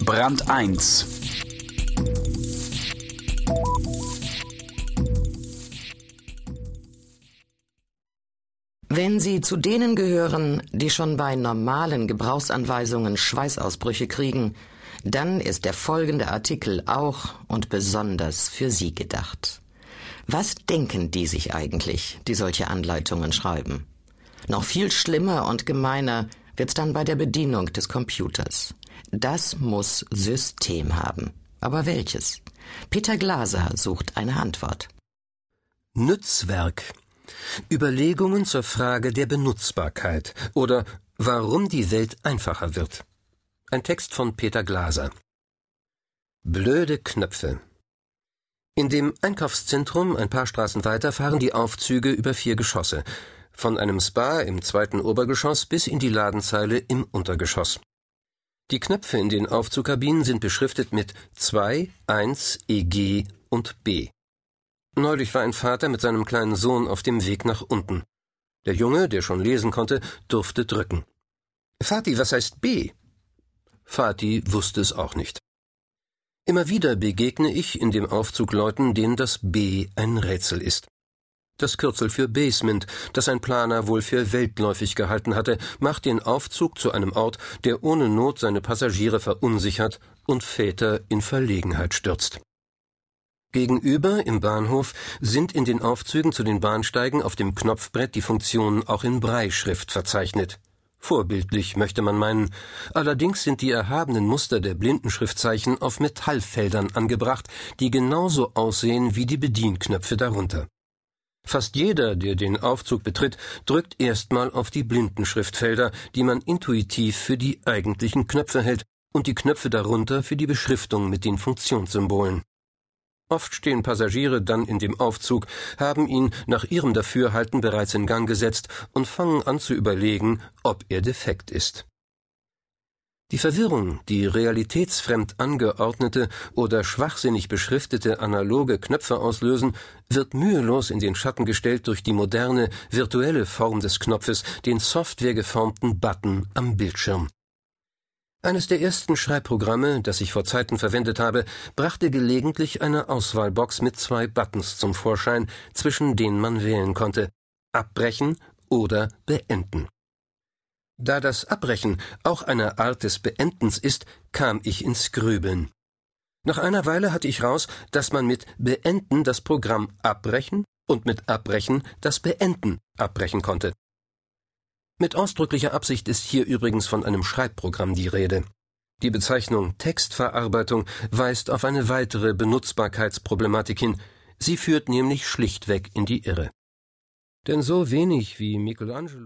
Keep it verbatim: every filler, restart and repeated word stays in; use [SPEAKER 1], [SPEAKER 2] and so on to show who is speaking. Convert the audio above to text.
[SPEAKER 1] Brand eins.
[SPEAKER 2] Wenn Sie zu denen gehören, die schon bei normalen Gebrauchsanweisungen Schweißausbrüche kriegen, dann ist der folgende Artikel auch und besonders für Sie gedacht. Was denken die sich eigentlich, die solche Anleitungen schreiben? Noch viel schlimmer und gemeiner wird's dann bei der Bedienung des Computers. Das muss System haben. Aber welches? Peter Glaser sucht eine Antwort.
[SPEAKER 3] Nützwerk. Überlegungen zur Frage der Benutzbarkeit oder warum die Welt einfacher wird. Ein Text von Peter Glaser. Blöde Knöpfe. In dem Einkaufszentrum ein paar Straßen weiter fahren die Aufzüge über vier Geschosse. Von einem Spa im zweiten Obergeschoss bis in die Ladenzeile im Untergeschoss. Die Knöpfe in den Aufzugkabinen sind beschriftet mit zwei, eins, E G und B. Neulich war ein Vater mit seinem kleinen Sohn auf dem Weg nach unten. Der Junge, der schon lesen konnte, durfte drücken. »Vati, was heißt B?« Vati wusste es auch nicht. Immer wieder begegne ich in dem Aufzug Leuten, denen das B ein Rätsel ist. Das Kürzel für Basement, das ein Planer wohl für weltläufig gehalten hatte, macht den Aufzug zu einem Ort, der ohne Not seine Passagiere verunsichert und Väter in Verlegenheit stürzt. Gegenüber, im Bahnhof, sind in den Aufzügen zu den Bahnsteigen auf dem Knopfbrett die Funktionen auch in Brailleschrift verzeichnet. Vorbildlich, möchte man meinen. Allerdings sind die erhabenen Muster der Blindenschriftzeichen auf Metallfeldern angebracht, die genauso aussehen wie die Bedienknöpfe darunter. Fast jeder, der den Aufzug betritt, drückt erstmal auf die Blindenschriftfelder, die man intuitiv für die eigentlichen Knöpfe hält, und die Knöpfe darunter für die Beschriftung mit den Funktionssymbolen. Oft stehen Passagiere dann in dem Aufzug, haben ihn nach ihrem Dafürhalten bereits in Gang gesetzt und fangen an zu überlegen, ob er defekt ist. Die Verwirrung, die realitätsfremd angeordnete oder schwachsinnig beschriftete analoge Knöpfe auslösen, wird mühelos in den Schatten gestellt durch die moderne, virtuelle Form des Knopfes, den softwaregeformten Button am Bildschirm. Eines der ersten Schreibprogramme, das ich vor Zeiten verwendet habe, brachte gelegentlich eine Auswahlbox mit zwei Buttons zum Vorschein, zwischen denen man wählen konnte: Abbrechen oder Beenden. Da das Abbrechen auch eine Art des Beendens ist, kam ich ins Grübeln. Nach einer Weile hatte ich raus, dass man mit Beenden das Programm abbrechen und mit Abbrechen das Beenden abbrechen konnte. Mit ausdrücklicher Absicht ist hier übrigens von einem Schreibprogramm die Rede. Die Bezeichnung Textverarbeitung weist auf eine weitere Benutzbarkeitsproblematik hin. Sie führt nämlich schlichtweg in die Irre. Denn so wenig wie Michelangelo